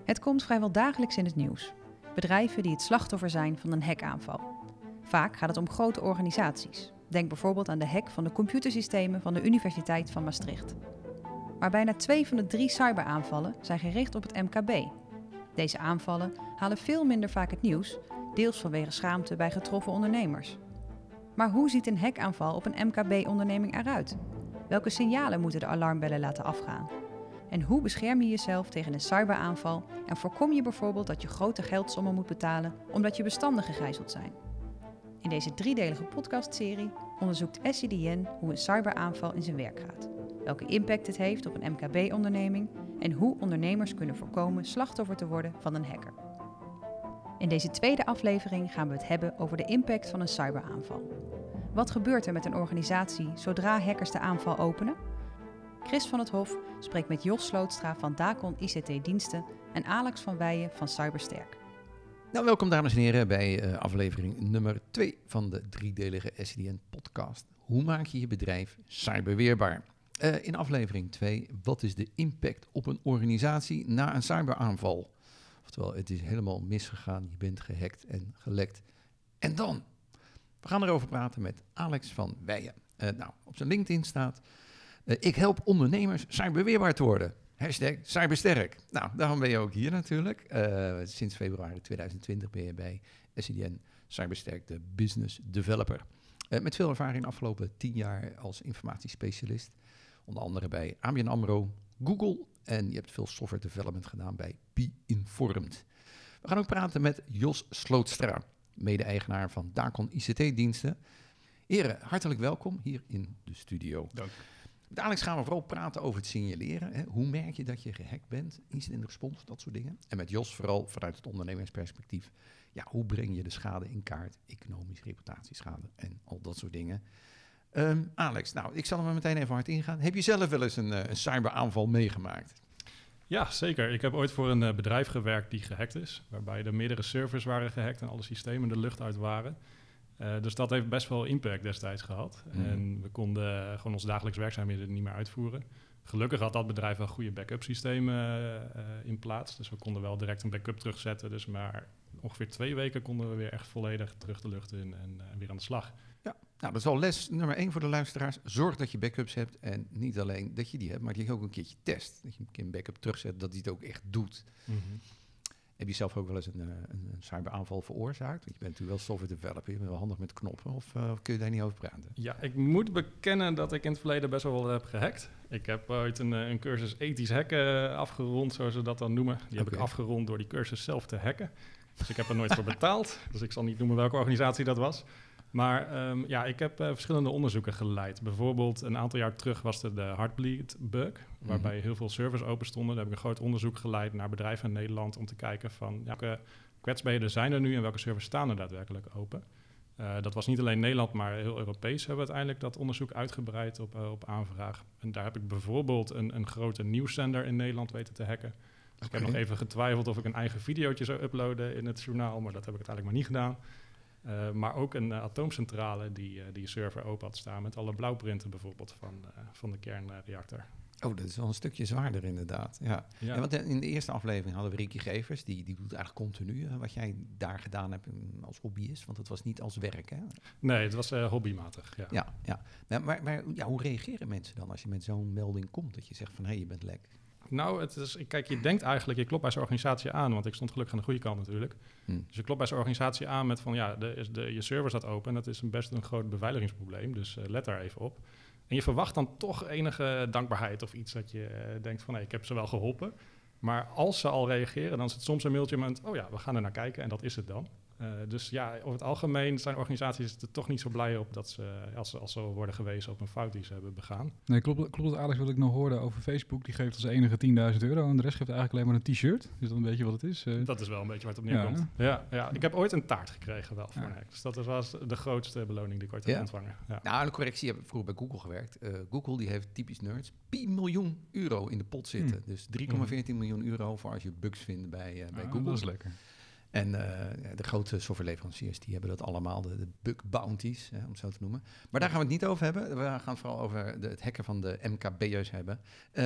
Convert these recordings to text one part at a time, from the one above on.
Het komt vrijwel dagelijks in het nieuws. Bedrijven die het slachtoffer zijn van een hackaanval. Vaak gaat het om grote organisaties. Denk bijvoorbeeld aan de hack van de computersystemen van de Universiteit van Maastricht. Maar bijna 2 van de 3 cyberaanvallen zijn gericht op het MKB. Deze aanvallen halen veel minder vaak het nieuws, deels vanwege schaamte bij getroffen ondernemers. Maar hoe ziet een hackaanval op een MKB-onderneming eruit? Welke signalen moeten de alarmbellen laten afgaan? En hoe bescherm je jezelf tegen een cyberaanval en voorkom je bijvoorbeeld dat je grote geldsommen moet betalen omdat je bestanden gegijzeld zijn? In deze 3-delige podcastserie onderzoekt SCDN hoe een cyberaanval in zijn werk gaat, welke impact het heeft op een MKB-onderneming en hoe ondernemers kunnen voorkomen slachtoffer te worden van een hacker. In deze tweede aflevering gaan we het hebben over de impact van een cyberaanval. Wat gebeurt er met een organisatie zodra hackers de aanval openen? Chris van het Hof spreekt met Jos Slootstra van Dacon ICT Diensten en Alex van Weijen van Cybersterk. Nou, welkom dames en heren bij aflevering nummer 2 van de 3-delige SCDN-podcast. Hoe maak je je bedrijf cyberweerbaar? In aflevering 2, wat is de impact op een organisatie na een cyberaanval? Oftewel, het is helemaal misgegaan, je bent gehackt en gelekt. En dan? We gaan erover praten met Alex van Weijen. Op zijn LinkedIn staat, ik help ondernemers cyberweerbaar te worden. #cybersterk. Nou, daarom ben je ook hier natuurlijk. Sinds februari 2020 ben je bij SCDN Cybersterk, de business developer. Met veel ervaring de afgelopen 10 jaar als informatiespecialist. Onder andere bij ABN AMRO, Google en je hebt veel software development gedaan bij Be-Informed. We gaan ook praten met Jos Slootstra, mede-eigenaar van Dacon ICT Diensten. Heren, hartelijk welkom hier in de studio. Dank. Met Alex gaan we vooral praten over het signaleren. Hè. Hoe merk je dat je gehackt bent? Incident response, dat soort dingen. En met Jos vooral vanuit het ondernemingsperspectief. Ja, hoe breng je de schade in kaart? Economisch, reputatieschade en al dat soort dingen. Alex, nou, ik zal er maar meteen even hard ingaan. Heb je zelf wel eens een cyberaanval meegemaakt? Ja, zeker. Ik heb ooit voor een bedrijf gewerkt die gehackt is. Waarbij er meerdere servers waren gehackt en alle systemen de lucht uit waren. Dus dat heeft best wel impact destijds gehad. En we konden gewoon onze dagelijks werkzaamheden niet meer uitvoeren. Gelukkig had dat bedrijf wel goede backup systemen in plaats. Dus we konden wel direct een backup terugzetten. Dus maar ongeveer 2 weken konden we weer echt volledig terug de lucht in en weer aan de slag. Ja, nou, dat is al les nummer 1 voor de luisteraars. Zorg dat je backups hebt en niet alleen dat je die hebt, maar dat je ook een keertje test. Dat je een keer een backup terugzet, dat hij het ook echt doet. Mm-hmm. Heb je zelf ook wel eens een cyberaanval veroorzaakt? Want je bent natuurlijk wel software developer, je bent wel handig met knoppen. Of kun je daar niet over praten? Ja, ik moet bekennen dat ik in het verleden best wel heb gehackt. Ik heb ooit een cursus ethisch hacken afgerond, zoals ze dat dan noemen. Die heb ik afgerond door die cursus zelf te hacken. Dus ik heb er nooit voor betaald. Dus ik zal niet noemen welke organisatie dat was. Maar ik heb verschillende onderzoeken geleid. Bijvoorbeeld een aantal jaar terug was er de Heartbleed bug, waarbij heel veel servers open stonden. Daar heb ik een groot onderzoek geleid naar bedrijven in Nederland om te kijken van welke kwetsbaarheden zijn er nu en welke servers staan er daadwerkelijk open. Dat was niet alleen Nederland, maar heel Europees hebben we uiteindelijk dat onderzoek uitgebreid op aanvraag. En daar heb ik bijvoorbeeld een grote nieuwszender in Nederland weten te hacken. Dus ik heb nog even getwijfeld of ik een eigen videootje zou uploaden in het journaal, maar dat heb ik uiteindelijk maar niet gedaan. Maar ook een atoomcentrale die een server open had staan met alle blauwprinten bijvoorbeeld van de kernreactor. Oh, dat is wel een stukje zwaarder inderdaad. Ja. Ja, want in de eerste aflevering hadden we Ricky Gevers, die doet eigenlijk continu wat jij daar gedaan hebt als hobbyist, want het was niet als werk, hè? Nee, het was hobbymatig, ja. Ja. Maar hoe reageren mensen dan als je met zo'n melding komt, dat je zegt van, hé, je bent lek? Nou, kijk, je denkt eigenlijk, je klopt bij zo'n organisatie aan, want ik stond gelukkig aan de goede kant natuurlijk. Dus je klopt bij zo'n organisatie aan met van, je server staat open en dat is best een groot beveiligingsprobleem, dus let daar even op. En je verwacht dan toch enige dankbaarheid of iets dat je denkt van, ik heb ze wel geholpen. Maar als ze al reageren, dan is het soms een mailtje met, we gaan er naar kijken en dat is het dan. Dus over het algemeen zijn organisaties er toch niet zo blij op dat ze, als ze worden gewezen op een fout die ze hebben begaan. Nee, klopt het, Alex, wat ik nog hoorde over Facebook, die geeft als enige €10.000 en de rest geeft eigenlijk alleen maar een t-shirt. Is dat een beetje wat het is? Dat is wel een beetje waar het op neerkomt. Ja. Ik heb ooit een taart gekregen wel voor een hack. Dus dat was de grootste beloning die ik ooit heb ontvangen. Ja. Nou, een correctie, ik heb vroeger bij Google gewerkt. Google die heeft typisch nerds €10 miljoen in de pot zitten. Dus €3,14 miljoen voor als je bugs vindt bij Google. Dat is lekker. En de grote softwareleveranciers die hebben dat allemaal, de bug bounties, om het zo te noemen. Maar daar gaan we het niet over hebben. We gaan het vooral over het hacken van de MKB'ers hebben.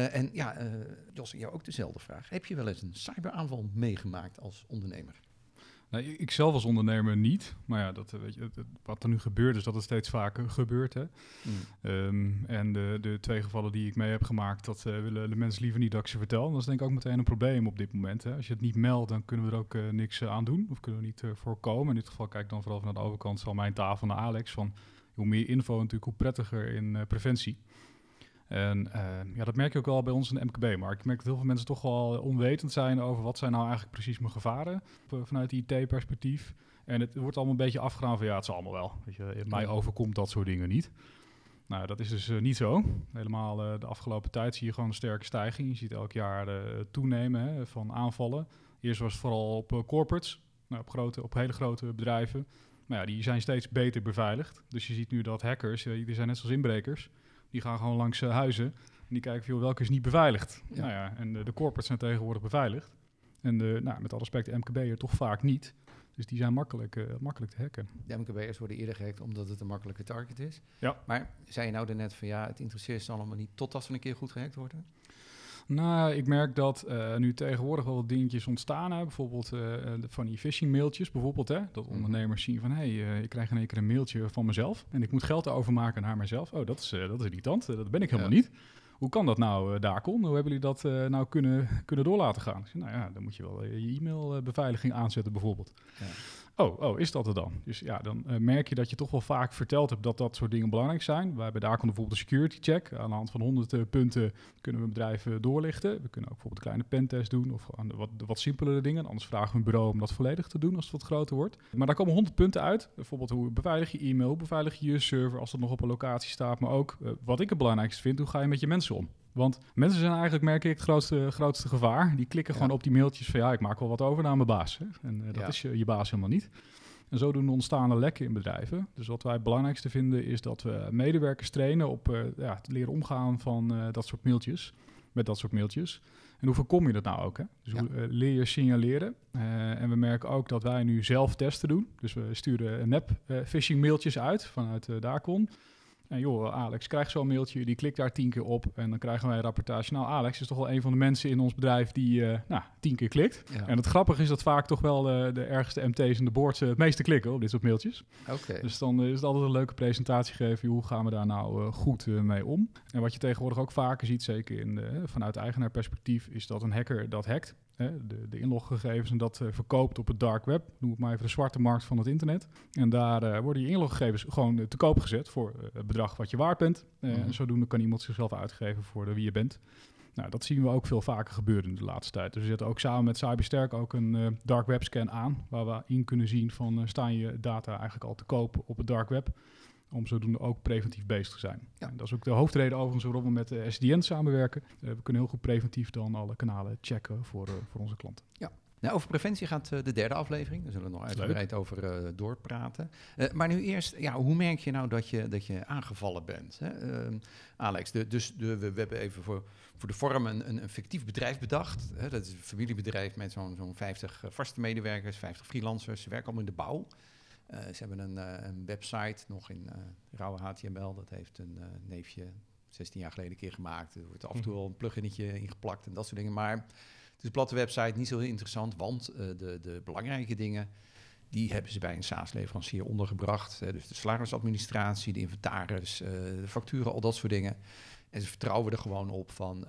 Jos, jou ook dezelfde vraag. Heb je wel eens een cyberaanval meegemaakt als ondernemer? Nou, ik zelf als ondernemer niet. Maar ja, wat er nu gebeurt is dat het steeds vaker gebeurt. Hè? En de 2 gevallen die ik mee heb gemaakt, dat willen de mensen liever niet dat ik ze vertel. Dat is denk ik ook meteen een probleem op dit moment. Hè? Als je het niet meldt, dan kunnen we er ook niks aan doen. Of kunnen we niet voorkomen. In dit geval kijk ik dan vooral van de overkant van mijn tafel naar Alex. Van hoe meer info natuurlijk, hoe prettiger in preventie. En dat merk je ook wel bij ons in de MKB-markt. Ik merk dat heel veel mensen toch wel onwetend zijn over wat zijn nou eigenlijk precies mijn gevaren vanuit IT-perspectief. En het wordt allemaal een beetje afgedaan van het is allemaal wel. Weet je, mij overkomt dat soort dingen niet. Nou, dat is dus niet zo. Helemaal de afgelopen tijd zie je gewoon een sterke stijging. Je ziet elk jaar toenemen van aanvallen. Eerst was het vooral op corporates, op hele grote bedrijven. Maar ja, die zijn steeds beter beveiligd. Dus je ziet nu dat hackers, die zijn net zoals inbrekers. Die gaan gewoon langs huizen en die kijken welke is niet beveiligd. Ja. Nou ja, en de corporates zijn tegenwoordig beveiligd. En met alle respect, de MKB'er toch vaak niet. Dus die zijn makkelijk te hacken. De MKB'ers worden eerder gehackt omdat het een makkelijke target is. Ja. Maar zei je nou daarnet van het interesseert ze allemaal niet totdat ze een keer goed gehackt worden? Nou, ik merk dat nu tegenwoordig wel wat dingetjes ontstaan. Hè? Bijvoorbeeld van die phishing mailtjes bijvoorbeeld. Hè? Dat ondernemers zien van, ik krijg in één keer een mailtje van mezelf. En ik moet geld overmaken naar mezelf. Oh, dat is irritant. Dat ben ik helemaal niet. Hoe kan dat nou, Dakon? Hoe hebben jullie dat nou kunnen door laten gaan? Nou ja, dan moet je wel je e-mailbeveiliging aanzetten bijvoorbeeld. Ja. Oh, is dat er dan? Dus ja, dan merk je dat je toch wel vaak verteld hebt dat dat soort dingen belangrijk zijn. Wij hebben daar bijvoorbeeld een security check. Aan de hand van 100 punten kunnen we bedrijven doorlichten. We kunnen ook bijvoorbeeld een kleine pentest doen of wat simpelere dingen. Anders vragen we een bureau om dat volledig te doen als het wat groter wordt. Maar daar komen 100 punten uit. Bijvoorbeeld hoe beveilig je e-mail, hoe beveilig je je server als dat nog op een locatie staat. Maar ook, wat ik het belangrijkste vind, hoe ga je met je mensen om? Want mensen zijn eigenlijk, merk ik, het grootste gevaar. Die klikken gewoon op die mailtjes van ik maak wel wat over naar mijn baas. Hè? En dat is je baas helemaal niet. En zodoende ontstaan er lekken in bedrijven. Dus wat wij het belangrijkste vinden is dat we medewerkers trainen op het leren omgaan van dat soort mailtjes. Met dat soort mailtjes. En hoe voorkom je dat nou ook? Hè? Dus hoe leer je signaleren? En we merken ook dat wij nu zelf testen doen. Dus we sturen nep phishing mailtjes uit vanuit Dakon. En joh, Alex krijgt zo'n mailtje, die klikt daar 10 keer op en dan krijgen wij een rapportage. Nou, Alex is toch wel een van de mensen in ons bedrijf die 10 keer klikt. Ja. En het grappige is dat vaak toch wel de ergste MT's en de boards het meeste klikken op dit soort mailtjes. Okay. Dus dan is het altijd een leuke presentatie geven. Hoe gaan we daar nou goed mee om? En wat je tegenwoordig ook vaker ziet, zeker vanuit eigenaarperspectief, is dat een hacker dat hackt. De inloggegevens en dat verkoopt op het dark web. Noem het maar even de zwarte markt van het internet. En daar worden je inloggegevens gewoon te koop gezet voor het bedrag wat je waard bent. En zodoende kan iemand zichzelf uitgeven voor wie je bent. Nou, dat zien we ook veel vaker gebeuren in de laatste tijd. Dus we zetten ook samen met Cybersterk ook een dark web scan aan, waar we in kunnen zien van staan je data eigenlijk al te koop op het dark web. Om zodoende ook preventief bezig te zijn. Ja. En dat is ook de hoofdreden overigens waarom we met de SDN samenwerken. We kunnen heel goed preventief dan alle kanalen checken voor onze klanten. Ja. Nou, over preventie gaat de derde aflevering. Daar zullen we nog uitgebreid over doorpraten. Maar nu eerst, hoe merk je nou dat je aangevallen bent? Hè? Alex, we hebben even voor de vorm een fictief bedrijf bedacht. Dat is een familiebedrijf met zo'n 50 vaste medewerkers, 50 freelancers. Ze werken allemaal in de bouw. Ze hebben een website, nog in rauwe HTML. Dat heeft een neefje 16 jaar geleden een keer gemaakt. Er wordt af en toe al een pluginnetje ingeplakt en dat soort dingen. Maar het is een platte website, niet zo heel interessant. Want de belangrijke dingen, die hebben ze bij een SaaS-leverancier ondergebracht. Dus de salarisadministratie, de inventaris, de facturen, al dat soort dingen. En ze vertrouwen er gewoon op van,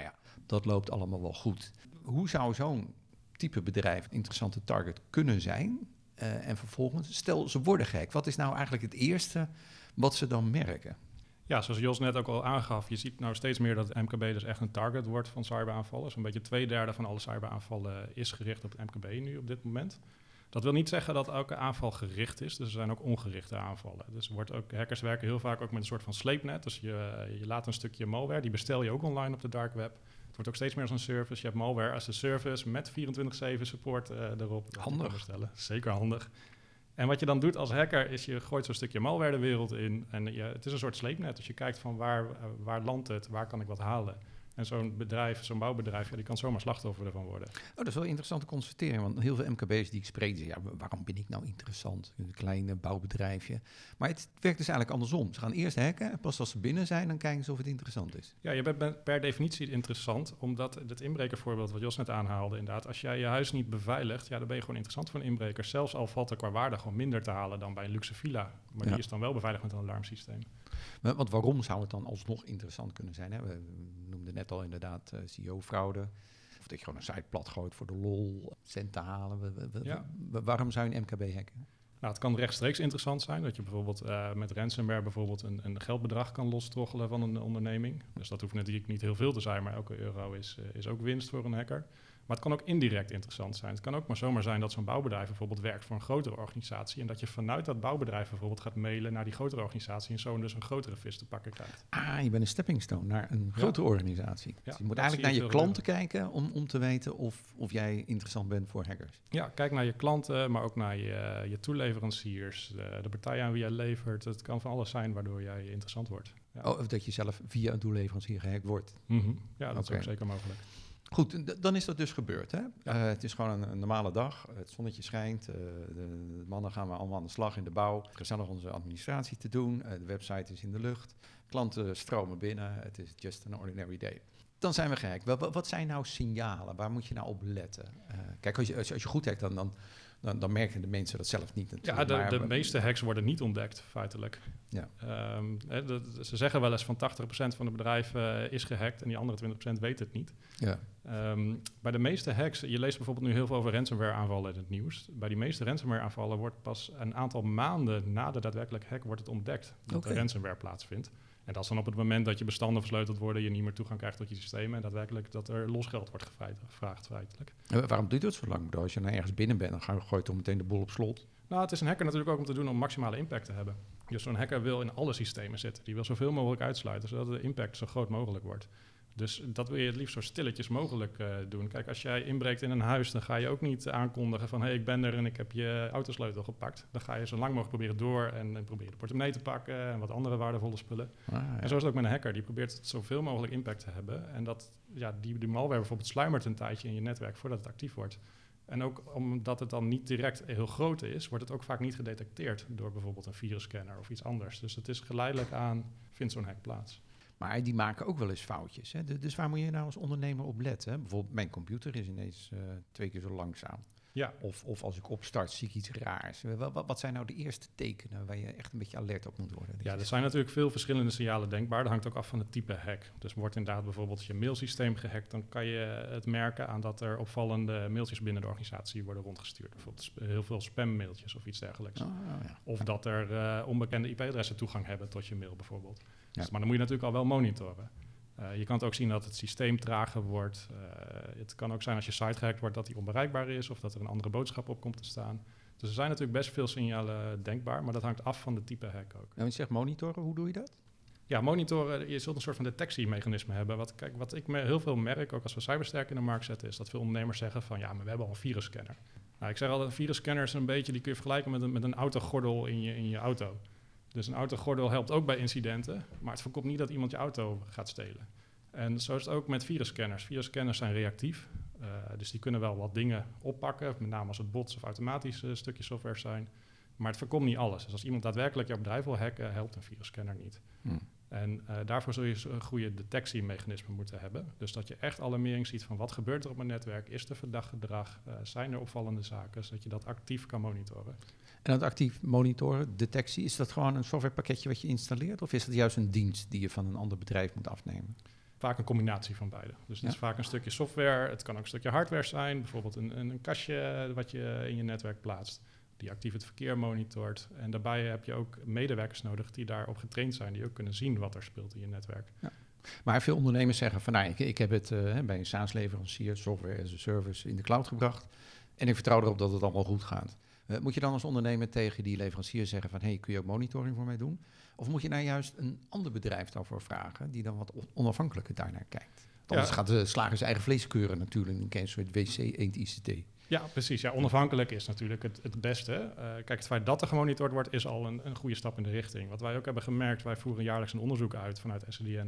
dat loopt allemaal wel goed. Hoe zou zo'n type bedrijf een interessante target kunnen zijn? En vervolgens, stel ze worden gek. Wat is nou eigenlijk het eerste wat ze dan merken? Ja, zoals Jos net ook al aangaf, je ziet nou steeds meer dat het MKB dus echt een target wordt van cyberaanvallen. Zo'n beetje 2/3 van alle cyberaanvallen is gericht op het MKB nu op dit moment. Dat wil niet zeggen dat elke aanval gericht is, dus er zijn ook ongerichte aanvallen. Dus hackers werken heel vaak ook met een soort van sleepnet. Dus je laat een stukje malware, die bestel je ook online op de dark web. Het wordt ook steeds meer als een service. Je hebt malware als een service met 24/7 support erop. Handig. Bestellen. Zeker handig. En wat je dan doet als hacker is je gooit zo'n stukje malware de wereld in. En het is een soort sleepnet. Dus je kijkt van waar landt het, waar kan ik wat halen. En zo'n bouwbedrijf, die kan zomaar slachtoffer ervan worden. Oh, dat is wel interessant te constateren, want heel veel MKB's die ik spreek, die zeggen, waarom ben ik nou interessant? Een klein bouwbedrijfje. Maar het werkt dus eigenlijk andersom. Ze gaan eerst hacken en pas als ze binnen zijn, dan kijken ze of het interessant is. Ja, je bent per definitie interessant, omdat het inbrekervoorbeeld wat Jos net aanhaalde, inderdaad, als jij je huis niet beveiligt, dan ben je gewoon interessant voor een inbreker. Zelfs al valt er qua waarde gewoon minder te halen dan bij een luxe villa. Maar die is dan wel beveiligd met een alarmsysteem. Want waarom zou het dan alsnog interessant kunnen zijn? Hè? We noemden net al inderdaad CEO-fraude. Of dat je gewoon een site plat gooit voor de lol, cent te halen. Waarom zou je een MKB hacken? Nou, het kan rechtstreeks interessant zijn dat je bijvoorbeeld met ransomware bijvoorbeeld een geldbedrag kan lostroggelen van een onderneming. Dus dat hoeft natuurlijk niet heel veel te zijn, maar elke euro is ook winst voor een hacker. Maar het kan ook indirect interessant zijn. Het kan ook maar zomaar zijn dat zo'n bouwbedrijf bijvoorbeeld werkt voor een grotere organisatie en dat je vanuit dat bouwbedrijf bijvoorbeeld gaat mailen naar die grotere organisatie en zo dus een grotere vis te pakken krijgt. Ah, je bent een stepping stone naar een grotere organisatie. Ja, dus je moet eigenlijk naar je klanten kijken om te weten of jij interessant bent voor hackers. Ja, kijk naar je klanten, maar ook naar je toeleveranciers, de partijen aan wie jij levert. Het kan van alles zijn waardoor jij interessant wordt. Ja. Of dat je zelf via een toeleverancier gehackt wordt. Mm-hmm. Ja, dat is ook zeker mogelijk. Goed, dan is dat dus gebeurd. Hè? Ja. Het is gewoon een normale dag. Het zonnetje schijnt. De mannen gaan we allemaal aan de slag in de bouw. Gezellig onze administratie te doen. De website is in de lucht. Klanten stromen binnen. Het is just an ordinary day. Dan zijn we gehackt. Wat zijn nou signalen? Waar moet je nou op letten? Kijk, als je goed hackt, dan merken de mensen dat zelf niet natuurlijk. Ja, de meeste hacks worden niet ontdekt, feitelijk. Ja. Ze zeggen wel eens van 80% van de bedrijven is gehackt en die andere 20% weet het niet. Ja. Bij de meeste hacks, je leest bijvoorbeeld nu heel veel over ransomware aanvallen in het nieuws. Bij die meeste ransomware aanvallen wordt pas een aantal maanden na de daadwerkelijke hack wordt het ontdekt dat er ransomware plaatsvindt. En dat is dan op het moment dat je bestanden versleuteld worden, je niet meer toegang krijgt tot je systemen en daadwerkelijk dat er losgeld wordt gevraagd feitelijk. Waarom duurt het zo lang? Als je nou ergens binnen bent, dan gooi je toch meteen de boel op slot? Nou, het is een hacker natuurlijk ook om te doen om maximale impact te hebben. Dus zo'n hacker wil in alle systemen zitten. Die wil zoveel mogelijk uitsluiten, zodat de impact zo groot mogelijk wordt. Dus dat wil je het liefst zo stilletjes mogelijk doen. Kijk, als jij inbreekt in een huis, dan ga je ook niet aankondigen van hey, ik ben er en ik heb je autosleutel gepakt. Dan ga je zo lang mogelijk proberen door en probeer de portemonnee te pakken en wat andere waardevolle spullen. En zo is het ook met een hacker. Die probeert het zoveel mogelijk impact te hebben. En die malware bijvoorbeeld sluimert een tijdje in je netwerk voordat het actief wordt. En ook omdat het dan niet direct heel groot is, wordt het ook vaak niet gedetecteerd door bijvoorbeeld een virusscanner of iets anders. Dus het is geleidelijk aan, vindt zo'n hack plaats. Maar die maken ook wel eens foutjes. Hè? Dus waar moet je nou als ondernemer op letten? Hè? Bijvoorbeeld mijn computer is ineens 2 keer zo langzaam. Ja. Of als ik opstart zie ik iets raars. Wat zijn nou de eerste tekenen waar je echt een beetje alert op moet worden? Ja, er zijn natuurlijk veel verschillende signalen denkbaar. Dat hangt ook af van het type hack. Dus wordt inderdaad bijvoorbeeld je mailsysteem gehackt, dan kan je het merken aan dat er opvallende mailtjes binnen de organisatie worden rondgestuurd. Bijvoorbeeld heel veel spammailtjes of iets dergelijks. Ja. Of dat er onbekende IP-adressen toegang hebben tot je mail bijvoorbeeld. Ja. Dus, maar dan moet je natuurlijk al wel monitoren. Je kan het ook zien dat het systeem trager wordt. Het kan ook zijn als je site gehackt wordt dat die onbereikbaar is of dat er een andere boodschap op komt te staan. Dus er zijn natuurlijk best veel signalen denkbaar, maar dat hangt af van de type hack ook. Nou, je zegt monitoren, hoe doe je dat? Ja, monitoren, je zult een soort van detectiemechanisme hebben. Wat ik heel veel merk, ook als we cybersterk in de markt zetten, is dat veel ondernemers zeggen van ja, maar we hebben al een virusscanner. Nou, ik zeg altijd, een virusscanner is een beetje, die kun je vergelijken met een autogordel in je auto. Dus een autogordel helpt ook bij incidenten, maar het voorkomt niet dat iemand je auto gaat stelen. En zo is het ook met virusscanners. Virusscanners zijn reactief, dus die kunnen wel wat dingen oppakken, met name als het bots of automatische stukjes software zijn. Maar het voorkomt niet alles. Dus als iemand daadwerkelijk jouw bedrijf wil hacken, helpt een virusscanner niet. En daarvoor zul je een goede detectiemechanisme moeten hebben. Dus dat je echt alarmering ziet van wat gebeurt er op mijn netwerk, is er verdacht gedrag, zijn er opvallende zaken, zodat je dat actief kan monitoren. En dat actief monitoren, detectie, is dat gewoon een softwarepakketje wat je installeert? Of is dat juist een dienst die je van een ander bedrijf moet afnemen? Vaak een combinatie van beide. Dus het is vaak een stukje software, het kan ook een stukje hardware zijn. Bijvoorbeeld een kastje wat je in je netwerk plaatst, die actief het verkeer monitort. En daarbij heb je ook medewerkers nodig die daarop getraind zijn, die ook kunnen zien wat er speelt in je netwerk. Ja. Maar veel ondernemers zeggen van nou, ik heb het bij een SaaS-leverancier, software as a service, in de cloud gebracht. En ik vertrouw erop dat het allemaal goed gaat. Moet je dan als ondernemer tegen die leverancier zeggen van hey, kun je ook monitoring voor mij doen? Of moet je nou juist een ander bedrijf daarvoor vragen die dan wat onafhankelijker daarnaar kijkt? Anders gaat de slager zijn eigen vlees keuren natuurlijk in een soort WC-eend-ICT. Ja, precies. Ja, onafhankelijk is natuurlijk het beste. Kijk, het feit dat er gemonitord wordt is al een goede stap in de richting. Wat wij ook hebben gemerkt, wij voeren jaarlijks een onderzoek uit vanuit SCDN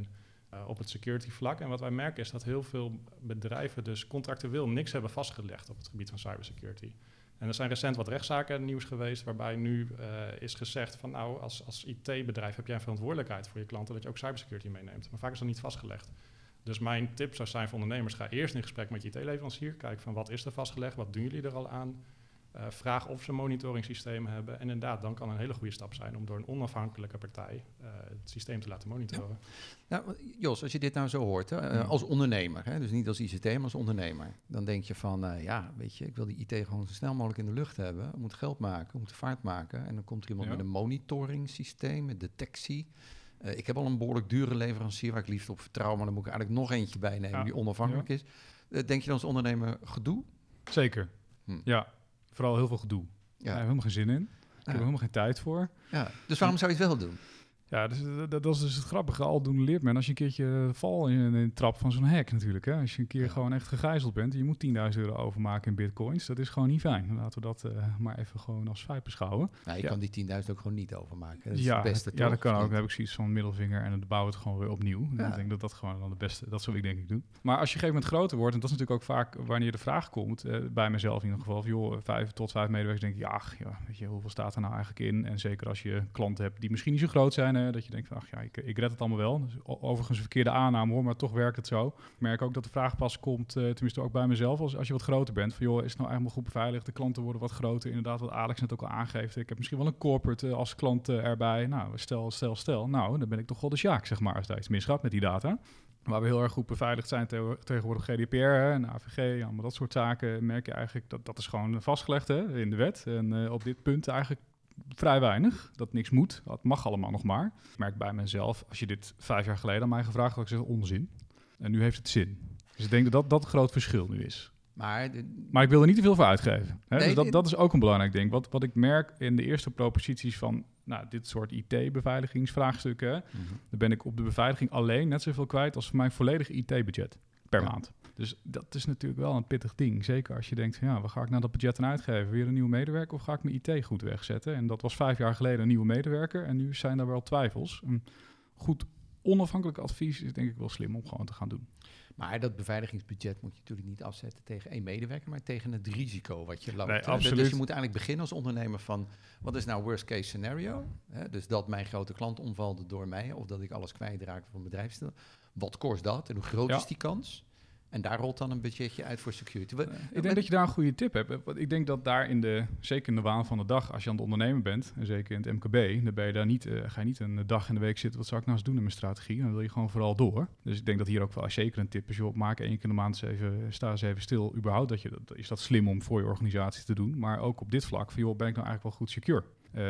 op het security vlak. En wat wij merken is dat heel veel bedrijven dus contractueel niks hebben vastgelegd op het gebied van cybersecurity. En er zijn recent wat rechtszaken nieuws geweest waarbij nu is gezegd van nou, als IT-bedrijf heb jij een verantwoordelijkheid voor je klanten dat je ook cybersecurity meeneemt. Maar vaak is dat niet vastgelegd. Dus mijn tip zou zijn voor ondernemers, ga eerst in gesprek met je IT-leverancier. Kijk van wat is er vastgelegd, wat doen jullie er al aan? Vraag of ze een monitoringsysteem hebben. En inderdaad, dan kan een hele goede stap zijn om door een onafhankelijke partij het systeem te laten monitoren. Ja. Nou, Jos, als je dit nou zo hoort, als ondernemer, hè, dus niet als ICT, maar als ondernemer, dan denk je van, weet je, ik wil die IT gewoon zo snel mogelijk in de lucht hebben. We moeten geld maken, we moeten vaart maken. En dan komt er iemand met een monitoringsysteem, met detectie. Ik heb al een behoorlijk dure leverancier waar ik liefst op vertrouw, maar dan moet ik eigenlijk nog eentje bijnemen die onafhankelijk is. Denk je dan als ondernemer gedoe? Zeker. Ja, vooral heel veel gedoe. Ja. Daar heb ik helemaal geen zin in. Ik heb er helemaal geen tijd voor. Ja. Dus waarom zou je het wel doen? Ja, dus, dat is dus het grappige. Aldoende leert men. Als je een keertje val in een trap van zo'n hack natuurlijk. Hè. Als je een keer gewoon echt gegijzeld bent. Je moet €10.000 overmaken in bitcoins. Dat is gewoon niet fijn. Laten we dat maar even gewoon als feit beschouwen. Nou, je kan die 10.000 ook gewoon niet overmaken. Dat is ja, het beste, ja, dat kan ook. Dan heb ik zoiets van middelvinger en dan bouw het gewoon weer opnieuw. Ja. Ik denk dat dat gewoon dan de beste, dat zou ik denk ik doen. Maar als je op een gegeven moment groter wordt, en dat is natuurlijk ook vaak wanneer de vraag komt, bij mezelf in ieder geval, van, joh, 5 tot 5 medewerkers, denk ik, weet je, hoeveel staat er nou eigenlijk in? En zeker als je klanten hebt die misschien niet zo groot zijn, dat je denkt van, ik red het allemaal wel. Dus overigens een verkeerde aanname hoor, maar toch werkt het zo. Ik merk ook dat de vraag pas komt, tenminste ook bij mezelf, als je wat groter bent, van joh, is het nou eigenlijk goed beveiligd? De klanten worden wat groter, inderdaad, wat Alex net ook al aangeeft. Ik heb misschien wel een corporate als klant erbij. Nou, stel. Nou, dan ben ik toch wel de Sjaak, zeg maar, als daar iets misgaat met die data. Waar we heel erg goed beveiligd zijn tegenwoordig GDPR en AVG, allemaal dat soort zaken, merk je eigenlijk dat is gewoon vastgelegd in de wet. En op dit punt eigenlijk vrij weinig, dat niks moet. Dat mag allemaal nog maar. Ik merk bij mezelf, als je dit 5 jaar geleden aan mij gevraagd had, ik zeg onzin. En nu heeft het zin. Dus ik denk dat dat een groot verschil nu is. Maar ik wil er niet te veel voor uitgeven. Hè? Nee, dus dat is ook een belangrijk ding. Wat ik merk in de eerste proposities van dit soort IT-beveiligingsvraagstukken, dan ben ik op de beveiliging alleen net zoveel kwijt als voor mijn volledige IT-budget per maand. Dus dat is natuurlijk wel een pittig ding. Zeker als je denkt van wat ga ik nou dat budget aan uitgeven? Weer een nieuwe medewerker of ga ik mijn IT goed wegzetten? En dat was 5 jaar geleden een nieuwe medewerker en nu zijn daar wel twijfels. Een goed onafhankelijk advies is denk ik wel slim om gewoon te gaan doen. Maar dat beveiligingsbudget moet je natuurlijk niet afzetten tegen 1 medewerker, maar tegen het risico wat je loopt. Nee, absoluut. Dus je moet eigenlijk beginnen als ondernemer van, wat is nou worst case scenario? Dus dat mijn grote klant omvalt door mij, of dat ik alles kwijtraak van bedrijfsdeel. Wat kost dat en hoe groot is die kans? En daar rolt dan een budgetje uit voor security. Ik denk dat je daar een goede tip hebt. Want ik denk dat daar zeker in de waan van de dag, als je aan het ondernemen bent, en zeker in het MKB, dan ben je daar niet, ga je niet een dag in de week zitten, wat zou ik nou eens doen in mijn strategie? Dan wil je gewoon vooral door. Dus ik denk dat hier ook wel zeker een tip is, joh, maak 1 keer in de maand sta eens even stil. Überhaupt, is dat slim om voor je organisatie te doen. Maar ook op dit vlak, van joh, ben ik nou eigenlijk wel goed secure?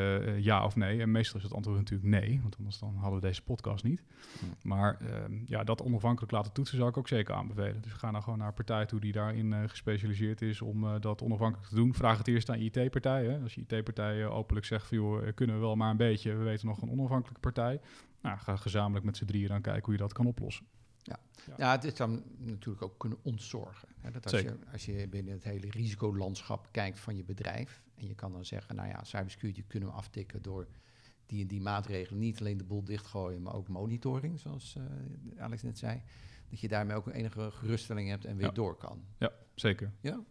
Ja of nee. En meestal is het antwoord natuurlijk nee, want anders dan hadden we deze podcast niet. Maar dat onafhankelijk laten toetsen zou ik ook zeker aanbevelen. Dus ga nou gewoon naar een partij toe die daarin gespecialiseerd is om dat onafhankelijk te doen. Vraag het eerst aan je IT-partij. Hè. Als je IT-partij openlijk zegt van joh, kunnen we wel maar een beetje, we weten nog een onafhankelijke partij. Nou, ga gezamenlijk met z'n drieën dan kijken hoe je dat kan oplossen. Ja, dit zou natuurlijk ook kunnen ontzorgen. Hè? Dat als je binnen het hele risicolandschap kijkt van je bedrijf en je kan dan zeggen, cybersecurity kunnen we aftikken door die en die maatregelen. Niet alleen de boel dichtgooien, maar ook monitoring, zoals Alex net zei. Dat je daarmee ook een enige geruststelling hebt en weer door kan. Ja, zeker. Ja.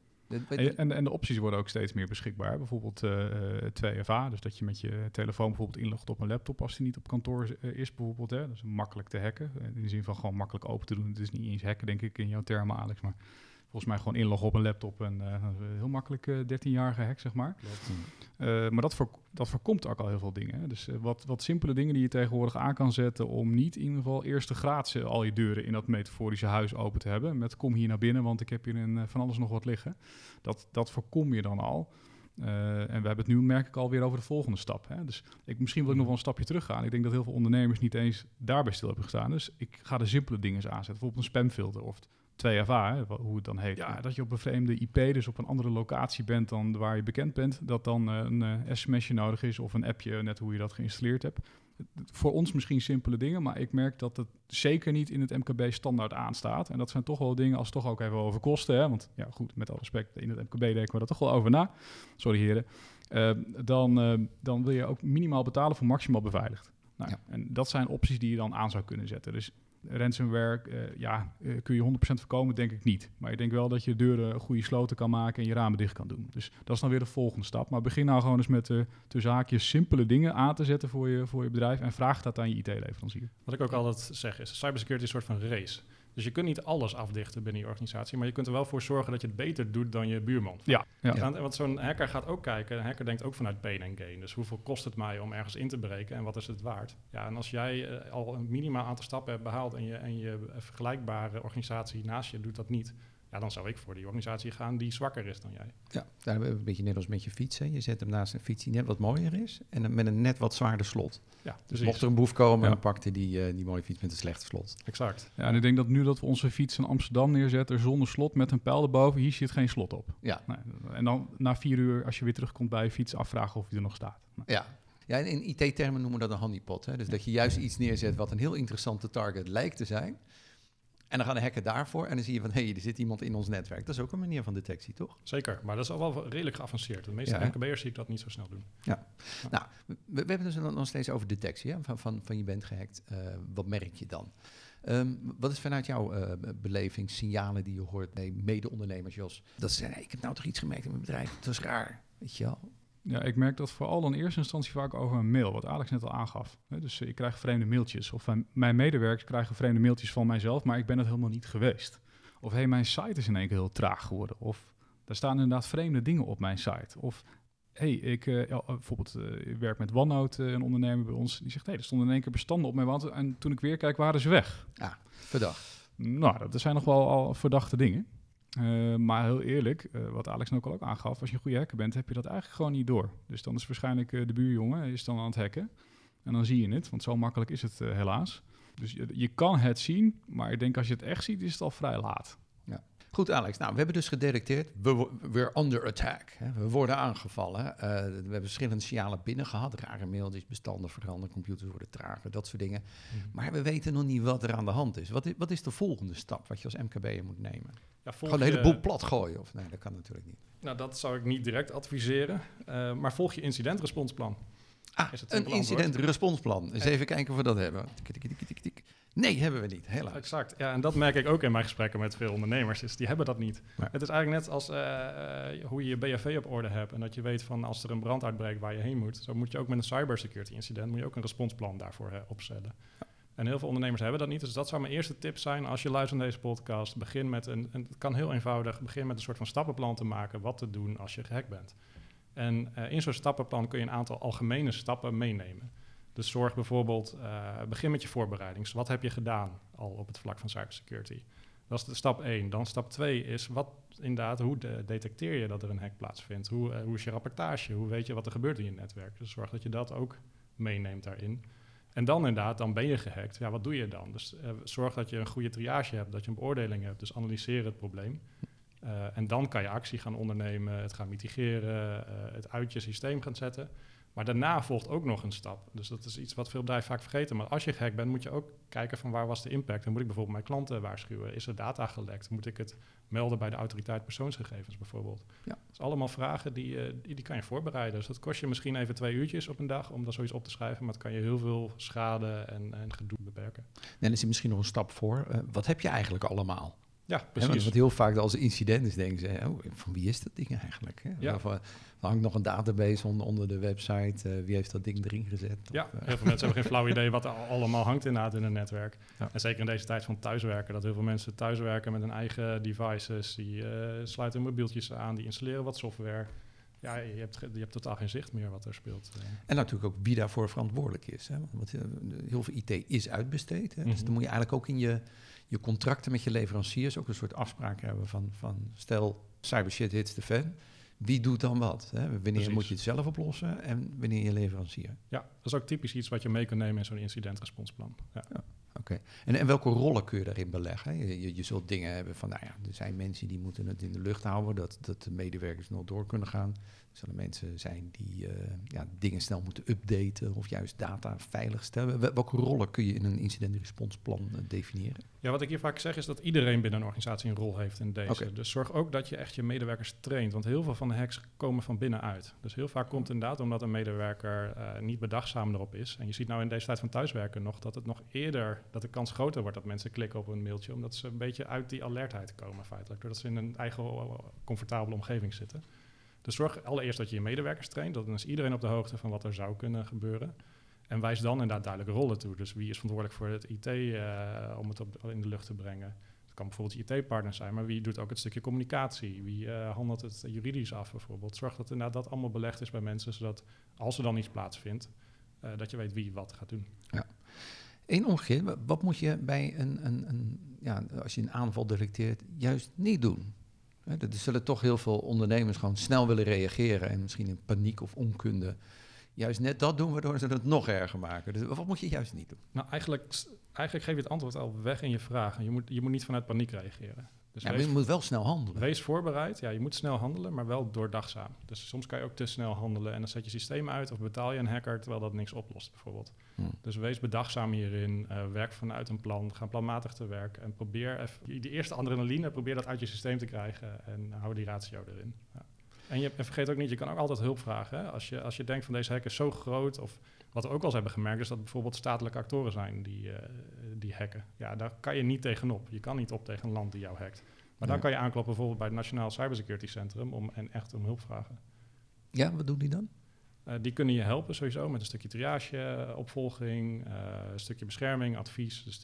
En de opties worden ook steeds meer beschikbaar. Bijvoorbeeld 2FA, dus dat je met je telefoon bijvoorbeeld inlogt op een laptop als die niet op kantoor is bijvoorbeeld. Hè. Dat is makkelijk te hacken, in de zin van gewoon makkelijk open te doen. Het is niet eens hacken, denk ik, in jouw termen, Alex, maar volgens mij gewoon inloggen op een laptop en heel makkelijk 13-jarige hack, zeg maar. Maar dat voorkomt ook al heel veel dingen. Hè. Dus wat simpele dingen die je tegenwoordig aan kan zetten om niet in ieder geval eerste graads al je deuren in dat metaforische huis open te hebben. Met kom hier naar binnen, want ik heb hier van alles nog wat liggen. Dat voorkom je dan al. En we hebben het nu, merk ik, alweer over de volgende stap. Hè. Dus misschien wil ik nog wel een stapje terug gaan. Ik denk dat heel veel ondernemers niet eens daarbij stil hebben gestaan. Dus ik ga de simpele dingen eens aanzetten. Bijvoorbeeld een spamfilter of 2FA, hè, hoe het dan heet. Ja, dat je op een vreemde IP, dus op een andere locatie bent dan waar je bekend bent. Dat dan een sms'je nodig is of een appje, net hoe je dat geïnstalleerd hebt. Voor ons misschien simpele dingen, maar ik merk dat het zeker niet in het MKB standaard aanstaat. En dat zijn toch wel dingen, als het toch ook even over kosten. Hè? Want ja, goed, met alle respect, in het MKB denken we daar toch wel over na. Sorry heren. Dan wil je ook minimaal betalen voor maximaal beveiligd. Nou, en dat zijn opties die je dan aan zou kunnen zetten. Dus Ransomware kun je 100% voorkomen, denk ik niet. Maar ik denk wel dat je deuren goede sloten kan maken en je ramen dicht kan doen. Dus dat is dan weer de volgende stap. Maar begin nou gewoon eens met tussen haakjes simpele dingen aan te zetten voor je bedrijf en vraag dat aan je IT-leverancier. Wat ik ook altijd zeg is, cybersecurity is een soort van race. Dus je kunt niet alles afdichten binnen je organisatie, maar je kunt er wel voor zorgen dat je het beter doet dan je buurman. Ja. Want zo'n hacker gaat ook kijken. Een hacker denkt ook vanuit pain and gain. Dus hoeveel kost het mij om ergens in te breken en wat is het waard? Ja, en als jij al een minimaal aantal stappen hebt behaald en je vergelijkbare organisatie naast je doet dat niet, ja, dan zou ik voor die organisatie gaan die zwakker is dan jij. Ja, daar hebben we een beetje net als met je fiets. Hè. Je zet hem naast een fiets die net wat mooier is en dan met een net wat zwaarder slot. Ja, Dus mocht er een boef komen, Ja. dan pakte die mooie fiets met een slechte slot. Exact. Ja, en ik denk dat nu dat we onze fiets in Amsterdam neerzetten zonder slot met een pijl erboven, hier zit geen slot op. Ja. Nee, en dan na 4 uur, als je weer terugkomt bij je fiets, afvragen of hij er nog staat. Nee. Ja. Ja, en in IT-termen noemen we dat een honeypot. Hè. Dus dat je juist iets neerzet wat een heel interessante target lijkt te zijn. En dan gaan de hacken daarvoor en dan zie je van, er zit iemand in ons netwerk. Dat is ook een manier van detectie, toch? Zeker, maar dat is al wel redelijk geavanceerd. De meeste Ja, hè? MKB'ers zie ik dat niet zo snel doen. Nou, we hebben het dus nog steeds over detectie. Hè? Van je bent gehackt. Wat merk je dan? Wat is vanuit jouw beleving, signalen die je hoort bij mede-ondernemers, Jos? Dat ze zeggen, ik heb nou toch iets gemerkt in mijn bedrijf. Dat is raar, weet je wel? Ja, ik merk dat vooral in eerste instantie vaak over een mail, wat Alex net al aangaf. Dus ik krijg vreemde mailtjes. Of mijn medewerkers krijgen vreemde mailtjes van mijzelf, maar ik ben het helemaal niet geweest. Of mijn site is in één keer heel traag geworden. Of er staan inderdaad vreemde dingen op mijn site. Of bijvoorbeeld, ik werk met OneNote, een ondernemer bij ons, die zegt, er stonden in één keer bestanden op mijn wand en toen ik weer kijk, waren ze weg. Verdacht. Nou, dat zijn nog wel al verdachte dingen. Maar heel eerlijk, wat Alex ook al ook aangaf, als je een goede hacker bent, heb je dat eigenlijk gewoon niet door. Dus dan is waarschijnlijk de buurjongen is dan aan het hacken. En dan zie je het, want zo makkelijk is het helaas. Dus je kan het zien, maar ik denk als je het echt ziet, is het al vrij laat. Goed, Alex. Nou, we hebben dus gedetecteerd, we're under attack. Hè? We worden aangevallen. We hebben verschillende signalen binnen gehad. Rare mailtjes, bestanden veranderen, computers worden trager, dat soort dingen. Maar we weten nog niet wat er aan de hand is. Wat is de volgende stap wat je als MKB'er moet nemen? Ja, Gewoon een hele boel plat gooien? Of nee, dat kan natuurlijk niet. Nou, dat zou ik niet direct adviseren. Maar volg je incidentresponsplan. Is het Een simpele antwoord. incident-responsplan. Eens even kijken of we dat hebben. Tik. Nee, hebben we niet, helaas. Exact. Ja, en dat merk ik ook in mijn gesprekken met veel ondernemers. Die hebben dat niet. Nee. Het is eigenlijk net als hoe je je BFV op orde hebt. En dat je weet van als er een brand uitbreekt waar je heen moet. Zo moet je ook met een cybersecurity incident moet je ook een responsplan daarvoor opstellen. Ja. En heel veel ondernemers hebben dat niet. Dus dat zou mijn eerste tip zijn als je luistert naar deze podcast. Begin met het kan heel eenvoudig, begin met een soort van stappenplan te maken wat te doen als je gehackt bent. En in zo'n stappenplan kun je een aantal algemene stappen meenemen. Dus zorg bijvoorbeeld, begin met je voorbereiding. Dus wat heb je gedaan al op het vlak van cybersecurity? Dat is de stap 1. Dan stap 2 is, hoe detecteer je dat er een hack plaatsvindt? Hoe is je rapportage? Hoe weet je wat er gebeurt in je netwerk? Dus zorg dat je dat ook meeneemt daarin. En dan inderdaad, dan ben je gehackt. Ja, wat doe je dan? Dus zorg dat je een goede triage hebt, dat je een beoordeling hebt. Dus analyseer het probleem. En dan kan je actie gaan ondernemen, het gaan mitigeren, het uit je systeem gaan zetten. Maar daarna volgt ook nog een stap. Dus dat is iets wat veel bedrijven vaak vergeten. Maar als je gehackt bent, moet je ook kijken van waar was de impact. Dan moet ik bijvoorbeeld mijn klanten waarschuwen. Is er data gelekt? Moet ik het melden bij de autoriteit persoonsgegevens bijvoorbeeld? Ja. Dat zijn allemaal vragen die kan je voorbereiden. Dus dat kost je misschien even 2 uurtjes op een dag om daar zoiets op te schrijven. Maar het kan je heel veel schade en gedoe beperken. En er zit misschien nog een stap voor. Wat heb je eigenlijk allemaal? Ja, precies. Want heel vaak als er incident is, denken ze, van wie is dat ding eigenlijk? Hè? Ja. Of er hangt nog een database onder de website. Wie heeft dat ding erin gezet? Ja, heel veel mensen hebben geen flauw idee wat er allemaal hangt inderdaad in een netwerk. Ja. En zeker in deze tijd van thuiswerken, dat heel veel mensen thuiswerken met hun eigen devices. Die sluiten hun mobieltjes aan, die installeren wat software. Ja, je hebt totaal geen zicht meer wat er speelt. En natuurlijk ook wie daarvoor verantwoordelijk is. Hè? Want heel veel IT is uitbesteed. Hè? Dus dan moet je eigenlijk ook in je contracten met je leveranciers ook een soort afspraak hebben van stel, cyber shit hits the fan. Wie doet dan wat? Hè? Wanneer Precies. moet je het zelf oplossen en wanneer je leverancier? Ja, dat is ook typisch iets wat je mee kunt nemen in zo'n incidentresponsplan. Ja. Oké. En welke rollen kun je daarin beleggen? Je zult dingen hebben van, er zijn mensen die moeten het in de lucht houden, dat de medewerkers nog door kunnen gaan. Er zullen mensen zijn die dingen snel moeten updaten of juist data veilig stellen. Welke rollen kun je in een incident-responsplan definiëren? Ja, wat ik hier vaak zeg is dat iedereen binnen een organisatie een rol heeft in deze. Okay. Dus zorg ook dat je echt je medewerkers traint, want heel veel van de hacks komen van binnenuit. Dus heel vaak komt inderdaad omdat een medewerker niet bedachtzaam erop is. En je ziet nou in deze tijd van thuiswerken nog dat het nog eerder dat de kans groter wordt dat mensen klikken op een mailtje, omdat ze een beetje uit die alertheid komen feitelijk, doordat ze in een eigen comfortabele omgeving zitten. Dus zorg allereerst dat je je medewerkers traint, dan is iedereen op de hoogte van wat er zou kunnen gebeuren. En wijs dan inderdaad duidelijke rollen toe. Dus wie is verantwoordelijk voor het IT om het in de lucht te brengen? Het kan bijvoorbeeld je IT-partner zijn, maar wie doet ook het stukje communicatie? Wie handelt het juridisch af bijvoorbeeld? Zorg dat inderdaad dat allemaal belegd is bij mensen, zodat als er dan iets plaatsvindt, dat je weet wie wat gaat doen. Ja. Eén omgekeerd, wat moet je bij als je een aanval detecteert, juist niet doen? Er zullen toch heel veel ondernemers gewoon snel willen reageren en misschien in paniek of onkunde juist net dat doen, waardoor ze het nog erger maken. Dus wat moet je juist niet doen? Nou, eigenlijk geef je het antwoord al weg in je vraag. Je moet niet vanuit paniek reageren. Dus maar je moet wel snel handelen. Wees voorbereid. Ja, je moet snel handelen, maar wel doordachtzaam. Dus soms kan je ook te snel handelen en dan zet je systeem uit of betaal je een hacker terwijl dat niks oplost bijvoorbeeld. Dus wees bedachtzaam hierin. Werk vanuit een plan. Ga planmatig te werk en probeer even die eerste adrenaline, probeer dat uit je systeem te krijgen en hou die ratio erin. Ja. En vergeet ook niet, je kan ook altijd hulp vragen. Hè? Als je denkt van deze hack is zo groot, of wat we ook al eens hebben gemerkt, is dat bijvoorbeeld statelijke actoren zijn die hacken. Ja, daar kan je niet tegenop. Je kan niet op tegen een land die jou hackt. Maar dan kan je aankloppen bijvoorbeeld bij het Nationaal Cybersecurity Centrum en echt om hulp vragen. Ja, wat doen die dan? Die kunnen je helpen sowieso met een stukje triage, opvolging, een stukje bescherming, advies. Dus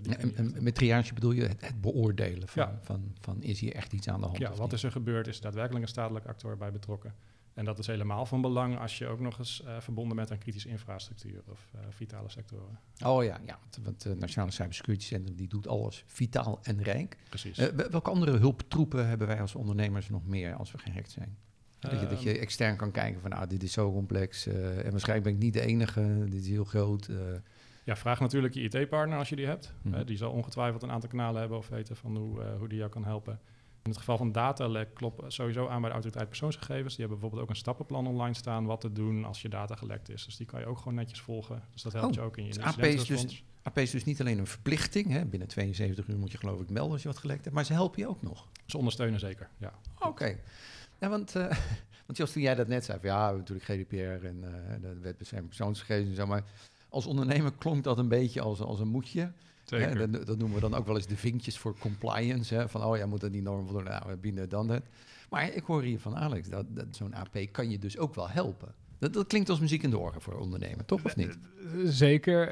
en met triage bedoel je het beoordelen van is hier echt iets aan de hand? Ja, wat is er gebeurd? Is er daadwerkelijk een statelijke actor bij betrokken? En dat is helemaal van belang als je ook nog eens verbonden bent aan kritische infrastructuur of vitale sectoren. Oh ja, want het Nationale Cybersecurity Centrum die doet alles vitaal en rijk. Precies. Welke andere hulptroepen hebben wij als ondernemers nog meer als we gehackt zijn? Dat je extern kan kijken van, dit is zo complex en waarschijnlijk ben ik niet de enige, dit is heel groot. Ja, vraag natuurlijk je IT-partner als je die hebt. Die zal ongetwijfeld een aantal kanalen hebben of weten van hoe die jou kan helpen. In het geval van datalek klopt sowieso aan bij de autoriteit persoonsgegevens. Die hebben bijvoorbeeld ook een stappenplan online staan wat te doen als je data gelekt is. Dus die kan je ook gewoon netjes volgen. Dus dat helpt je ook in je incidentresponse. AP is dus niet alleen een verplichting. Hè? Binnen 72 uur moet je geloof ik melden als je wat gelekt hebt. Maar ze helpen je ook nog. Ze ondersteunen zeker, ja. Oké. Ja, want Jos, toen jij dat net zei, van, ja, natuurlijk GDPR en de wet bescherming persoonsgegevens en zo, maar als ondernemer klonk dat een beetje als een moedje. Zeker. Hè? Dat noemen we dan ook wel eens de vinkjes voor compliance. Hè? Van, je moet aan die norm voldoen. Nou, binnen dan dat. Maar ik hoor hier van Alex dat zo'n AP kan je dus ook wel helpen. Dat klinkt als muziek in de oren voor ondernemen, toch of niet? Zeker.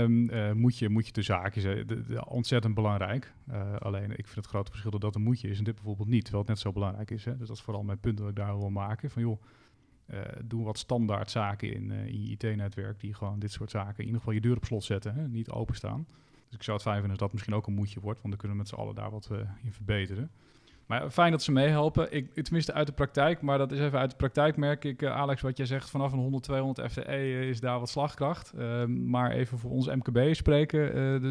En moet je te zaken is ontzettend belangrijk. Alleen ik vind het grote verschil dat een moetje is en dit bijvoorbeeld niet. Terwijl het net zo belangrijk is. Hè? Dus dat is vooral mijn punt dat ik daar wil maken. Van joh, doe wat standaard zaken in je IT-netwerk die gewoon dit soort zaken in ieder geval je deur op slot zetten. Hè? Niet openstaan. Dus ik zou het fijn vinden dat dat misschien ook een moetje wordt. Want dan kunnen we met z'n allen daar wat in verbeteren. Maar fijn dat ze meehelpen. Tenminste uit de praktijk, maar dat is even uit de praktijk merk ik, Alex, wat jij zegt, vanaf een 100, 200 FTE is daar wat slagkracht. Maar even voor ons MKB spreken.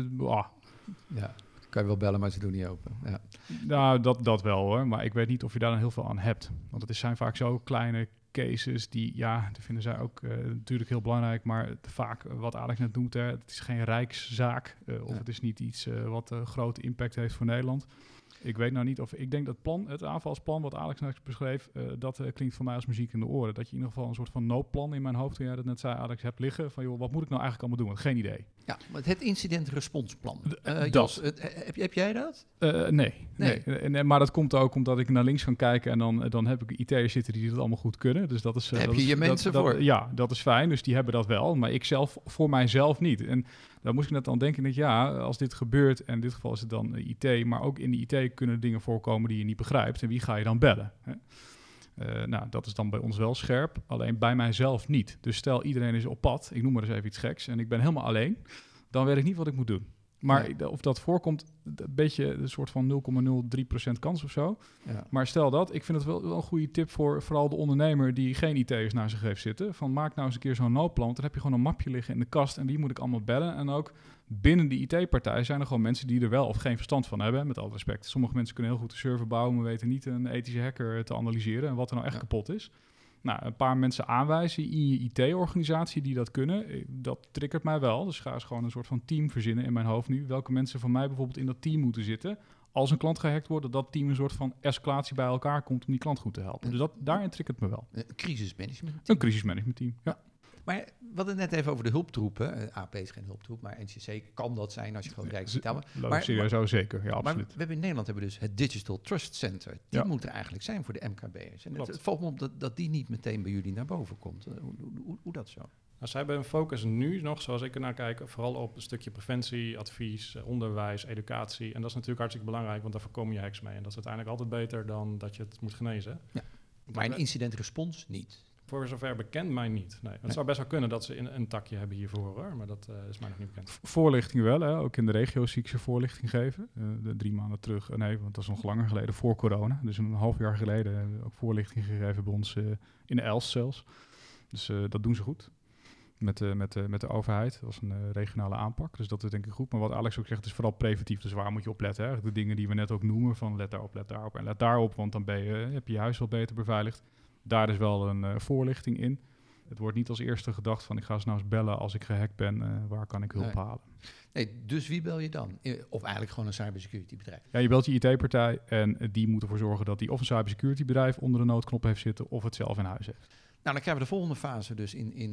Ja, kan je wel bellen, maar ze doen niet open. Ja. Nou, dat wel hoor. Maar ik weet niet of je daar dan heel veel aan hebt. Want het zijn vaak zo kleine cases die vinden zij ook natuurlijk heel belangrijk. Maar vaak, wat Alex net noemt, het is geen rijkszaak. Of het is niet iets wat grote impact heeft voor Nederland. Ik weet nou niet of... Ik denk dat het aanvalsplan wat Alex net beschreef, dat klinkt voor mij als muziek in de oren. Dat je in ieder geval een soort van noodplan in mijn hoofd, toen jij dat net zei, Alex, hebt liggen. Van joh, wat moet ik nou eigenlijk allemaal doen? Geen idee. Ja, het incident-responsplan. Jos, heb jij dat? Nee. Maar dat komt ook omdat ik naar links kan kijken en dan heb ik IT'ers zitten die dat allemaal goed kunnen. Dus dat is... Daar heb je mensen voor. Ja, dat is fijn. Dus die hebben dat wel. Maar ik zelf, voor mijzelf niet. En daar moest ik net aan denken dat als dit gebeurt, en in dit geval is het dan IT, maar ook in de IT kunnen dingen voorkomen die je niet begrijpt. En wie ga je dan bellen? Hè? Dat is dan bij ons wel scherp, alleen bij mijzelf niet. Dus stel iedereen is op pad, ik noem maar eens even iets geks, en ik ben helemaal alleen, dan weet ik niet wat ik moet doen. Maar of dat voorkomt, een beetje een soort van 0,03% kans of zo. Ja. Maar stel dat, ik vind het wel een goede tip voor vooral de ondernemer die geen IT'ers naar zich heeft zitten. Van maak nou eens een keer zo'n noodplan, want dan heb je gewoon een mapje liggen in de kast en die moet ik allemaal bellen. En ook binnen die IT-partij zijn er gewoon mensen die er wel of geen verstand van hebben, met alle respect. Sommige mensen kunnen heel goed de server bouwen, maar weten niet een ethische hacker te analyseren en wat er nou echt kapot is. Nou, een paar mensen aanwijzen in je IT-organisatie die dat kunnen, dat triggert mij wel. Dus ga eens gewoon een soort van team verzinnen in mijn hoofd nu. Welke mensen van mij bijvoorbeeld in dat team moeten zitten. Als een klant gehackt wordt, dat team een soort van escalatie bij elkaar komt om die klant goed te helpen. Dus daarin triggert me wel. Een crisismanagement team. Een crisismanagement team, ja. Maar we hadden het net even over de hulptroepen. AP is geen hulptroep, maar NCC kan dat zijn als je gewoon Rijksdetail. Zo zeker, ja, Maar absoluut. we hebben in Nederland dus het Digital Trust Center. Die Ja. moet er eigenlijk zijn voor de MKB'ers. En Klopt. het valt me op dat die niet meteen bij jullie naar boven komt. Hoe dat zo? Nou, zij hebben een focus nu nog, zoals ik er naar kijk, vooral op een stukje preventie, advies, onderwijs, educatie. En dat is natuurlijk hartstikke belangrijk, want daar voorkom je hacks mee. En dat is uiteindelijk altijd beter dan dat je het moet genezen. Ja. Maar een incident respons niet. Voor zover bekend mij niet. Nee. Het zou best wel kunnen dat ze een takje hebben hiervoor, hoor. Maar dat is mij nog niet bekend. Voorlichting wel, hè? Ook in de regio zie ik ze voorlichting geven. 3 maanden terug, nee, want dat is nog langer geleden, voor corona. Dus een half jaar geleden hebben we ook voorlichting gegeven bij ons in de Elst zelfs. Dus dat doen ze goed. Met de overheid. Dat was een regionale aanpak. Dus dat is denk ik goed. Maar wat Alex ook zegt, is vooral preventief. Dus waar moet je op letten? Hè? De dingen die we net ook noemen, van let daarop en let daarop. Want dan heb je je huis wel beter beveiligd. Daar is wel een voorlichting in. Het wordt niet als eerste gedacht van ik ga nou eens bellen als ik gehackt ben. Waar kan ik hulp halen? Nee, dus wie bel je dan? Of eigenlijk gewoon een cybersecurity bedrijf? Ja, je belt je IT-partij en die moet ervoor zorgen dat die of een cybersecurity bedrijf onder de noodknop heeft zitten of het zelf in huis heeft. Nou, dan krijgen we de volgende fase dus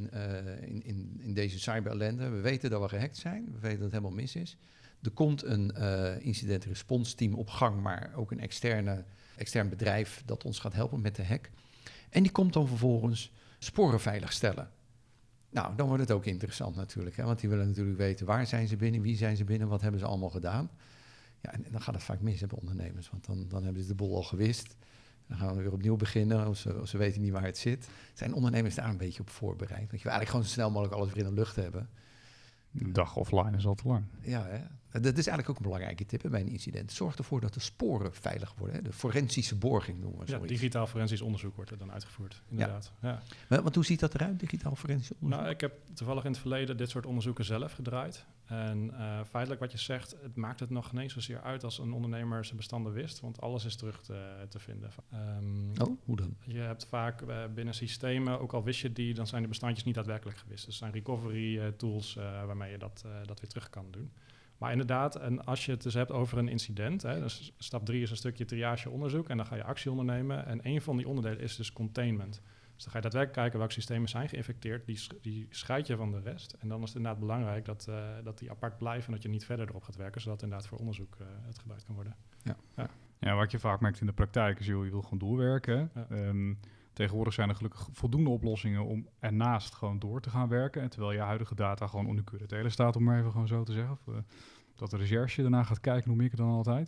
in deze cyberellende. We weten dat we gehackt zijn. We weten dat het helemaal mis is. Er komt een incident response team op gang, maar ook een extern bedrijf dat ons gaat helpen met de hack. En die komt dan vervolgens sporen veiligstellen. Nou, dan wordt het ook interessant natuurlijk. Hè? Want die willen natuurlijk weten waar zijn ze binnen, wie zijn ze binnen, wat hebben ze allemaal gedaan. Ja, en dan gaat het vaak mis bij ondernemers. Want dan hebben ze de bol al gewist. Dan gaan we weer opnieuw beginnen, of ze weten niet waar het zit. Zijn ondernemers daar een beetje op voorbereid? Want je wil eigenlijk gewoon zo snel mogelijk alles weer in de lucht hebben. Een dag offline is al te lang. Ja, hè? Dat is eigenlijk ook een belangrijke tip bij een incident. Zorg ervoor dat de sporen veilig worden. Hè? De forensische borging noemen we Ja, zoiets. digitaal forensisch onderzoek wordt er dan uitgevoerd, inderdaad. Ja. Want hoe ziet dat eruit, digitaal forensisch onderzoek? Nou, ik heb toevallig in het verleden dit soort onderzoeken zelf gedraaid. En feitelijk wat je zegt, het maakt het nog geen zozeer uit als een ondernemer zijn bestanden wist, want alles is terug te vinden. Hoe dan? Je hebt vaak binnen systemen, ook al wist je die, dan zijn de bestandjes niet daadwerkelijk gewist. Dus er zijn recovery tools waarmee je dat weer terug kan doen. Maar inderdaad, en als je het dus hebt over een incident, hè, dus stap 3 is een stukje triage onderzoek en dan ga je actie ondernemen. En een van die onderdelen is dus containment. Dus dan ga je daadwerkelijk kijken welke systemen zijn geïnfecteerd, die scheid je van de rest. En dan is het inderdaad belangrijk dat die apart blijven en dat je niet verder erop gaat werken, zodat inderdaad voor onderzoek het gebruikt kan worden. Ja, wat je vaak merkt in de praktijk is, je wil gewoon doorwerken. Ja. Tegenwoordig zijn er gelukkig voldoende oplossingen om ernaast gewoon door te gaan werken. En terwijl je huidige data gewoon onder curatele staat, om maar even gewoon zo te zeggen. Of, dat de recherche daarna gaat kijken, noem ik het dan altijd.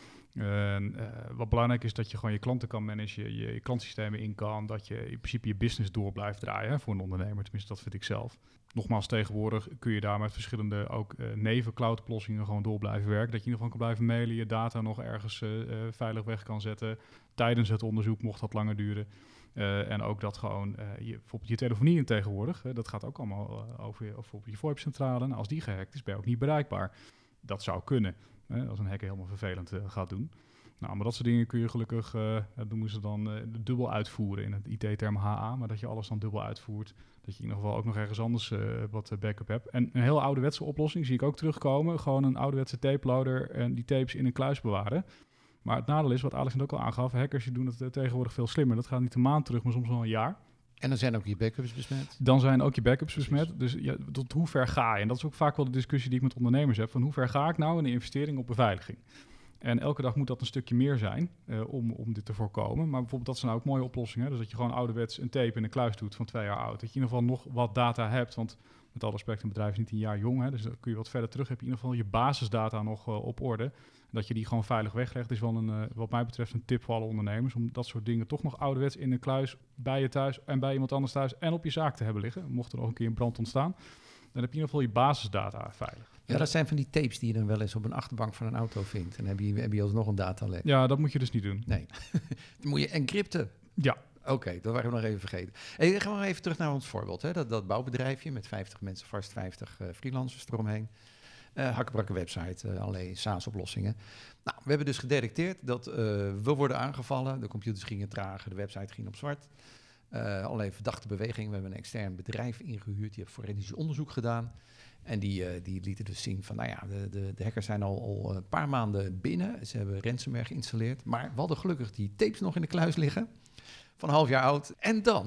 Wat belangrijk is dat je gewoon je klanten kan managen, je klantsystemen in kan, dat je in principe je business door blijft draaien, hè, voor een ondernemer. Tenminste, dat vind ik zelf. Nogmaals, tegenwoordig kun je daar met verschillende ook neven-cloud oplossingen gewoon door blijven werken. Dat je in ieder geval kan blijven mailen, je data nog ergens veilig weg kan zetten tijdens het onderzoek, mocht dat langer duren. En ook dat gewoon, bijvoorbeeld je telefonie in tegenwoordig, dat gaat ook allemaal over je VoIP-centrale. Nou, als die gehackt is, ben je ook niet bereikbaar. Dat zou kunnen, als een hacker helemaal vervelend gaat doen. Nou, maar dat soort dingen kun je gelukkig, dat noemen ze dan dubbel uitvoeren in het IT-term HA, maar dat je alles dan dubbel uitvoert. Dat je in ieder geval ook nog ergens anders wat backup hebt. En een heel ouderwetse oplossing zie ik ook terugkomen. Gewoon een ouderwetse tape-loader en die tapes in een kluis bewaren. Maar het nadeel is, wat Alex net ook al aangaf, hackers die doen het tegenwoordig veel slimmer. Dat gaat niet een maand terug, maar soms wel een jaar. En dan zijn ook je backups besmet. Dan zijn ook je backups besmet. Dus ja, tot hoe ver ga je? En dat is ook vaak wel de discussie die ik met ondernemers heb. Van hoe ver ga ik nou in de investering op beveiliging? En elke dag moet dat een stukje meer zijn om dit te voorkomen. Maar bijvoorbeeld dat zijn nou ook mooie oplossingen. Dus dat je gewoon ouderwets een tape in een kluis doet van 2 jaar oud. Dat je in ieder geval nog wat data hebt. Want met alle respect, een bedrijf is niet 10 jaar jong. Hè, dus dan kun je wat verder terug. Heb je in ieder geval je basisdata nog op orde. Dat je die gewoon veilig weglegt is wel wat mij betreft een tip voor alle ondernemers. Om dat soort dingen toch nog ouderwets in een kluis bij je thuis en bij iemand anders thuis en op je zaak te hebben liggen. Mocht er nog een keer een brand ontstaan. Dan heb je in ieder geval je basisdata veilig. Ja, dat zijn van die tapes die je dan wel eens op een achterbank van een auto vindt. En heb je alsnog een datalek. Ja, dat moet je dus niet doen. Nee. Dan moet je encrypten. Ja. Oké, dat waren we nog even vergeten. Hey, dan gaan we even terug naar ons voorbeeld. Hè? Dat bouwbedrijfje met 50 mensen, vast 50 freelancers eromheen. Hakkebrakke website, allerlei SaaS-oplossingen. Nou, we hebben dus gedetecteerd dat we worden aangevallen. De computers gingen traag, de website ging op zwart. Allerlei verdachte bewegingen. We hebben een extern bedrijf ingehuurd. Die heeft forensisch onderzoek gedaan. En die lieten dus zien van, nou ja, de hackers zijn al een paar maanden binnen. Ze hebben ransomware geïnstalleerd. Maar we hadden gelukkig die tapes nog in de kluis liggen. Van een half jaar oud. En dan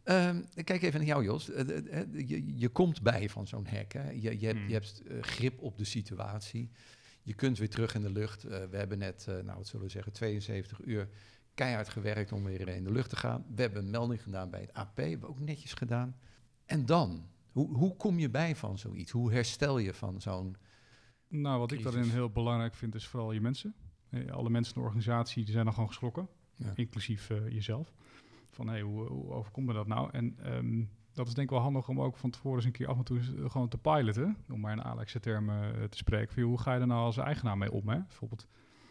Kijk even naar jou, Jos. Je komt bij van zo'n hack. Hè? Je hebt grip op de situatie. Je kunt weer terug in de lucht. We hebben net, wat zullen we zeggen, 72 uur keihard gewerkt om weer in de lucht te gaan. We hebben een melding gedaan bij het AP. Hebben we ook netjes gedaan. En dan? Hoe kom je bij van zoiets? Hoe herstel je van zo'n Nou, wat crisis? ik daarin heel belangrijk vind, is vooral je mensen. Alle mensen in de organisatie die zijn dan gewoon geschrokken. Ja. Inclusief jezelf. Van, hoe overkomt me dat nou? En dat is denk ik wel handig om ook van tevoren eens een keer af en toe gewoon te piloten. Om maar in Alex's termen te spreken. Van, hoe ga je er nou als eigenaar mee om? Hè? Bijvoorbeeld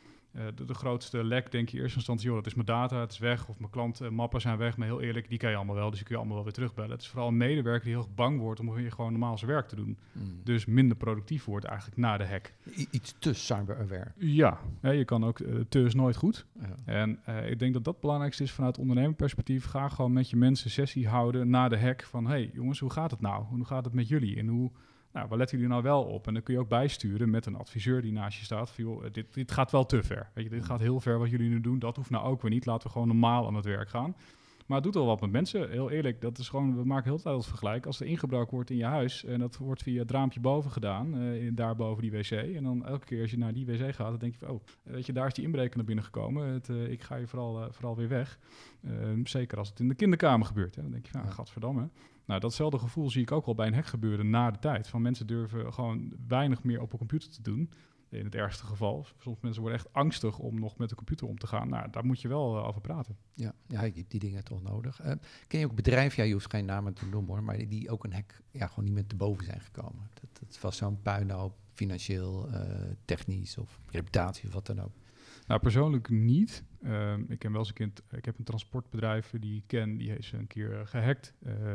de grootste lek, denk je in eerste instantie, dat is mijn data, het is weg. Of mijn klantmappen zijn weg. Maar heel eerlijk, die kan je allemaal wel. Dus die kun je allemaal wel weer terugbellen. Het is vooral een medewerker die heel erg bang wordt om weer gewoon normaal zijn werk te doen. Dus minder productief wordt eigenlijk na de hack. Iets te cyber-aware. Ja, je kan ook, te is nooit goed. Ja. En ik denk dat dat het belangrijkste is vanuit ondernemerperspectief. Ga gewoon met je mensen sessie houden na de hack. Van, hey jongens, hoe gaat het nou? Hoe gaat het met jullie? En waar letten jullie nou wel op? En dan kun je ook bijsturen met een adviseur die naast je staat. Van, joh, dit gaat wel te ver. Weet je, dit gaat heel ver wat jullie nu doen. Dat hoeft nou ook weer niet. Laten we gewoon normaal aan het werk gaan. Maar het doet wel wat met mensen. Heel eerlijk, dat is gewoon, we maken heel de tijd het vergelijk. Als er ingebroken wordt in je huis en dat wordt via het raampje boven gedaan, daar boven die wc. En dan elke keer als je naar die wc gaat, dan denk je van, weet je, daar is die inbreker naar binnen gekomen. Ik ga je vooral weer weg. Zeker als het in de kinderkamer gebeurt. Hè. Dan denk je van, gadverdamme. Nou, datzelfde gevoel zie ik ook wel bij een hack gebeuren na de tijd. Van mensen durven gewoon weinig meer op een computer te doen. In het ergste geval. Soms mensen worden echt angstig om nog met de computer om te gaan. Nou, daar moet je wel over praten. Ja, je hebt die dingen toch nodig. Ken je ook bedrijven, je hoeft geen namen te noemen hoor, maar die ook een hack gewoon niet meer te boven zijn gekomen? Dat was zo'n puinhoop, financieel, technisch of reputatie of wat dan ook. Nou, persoonlijk niet. Ik ken wel eens ik heb een transportbedrijf die ik ken, die heeft een keer gehackt.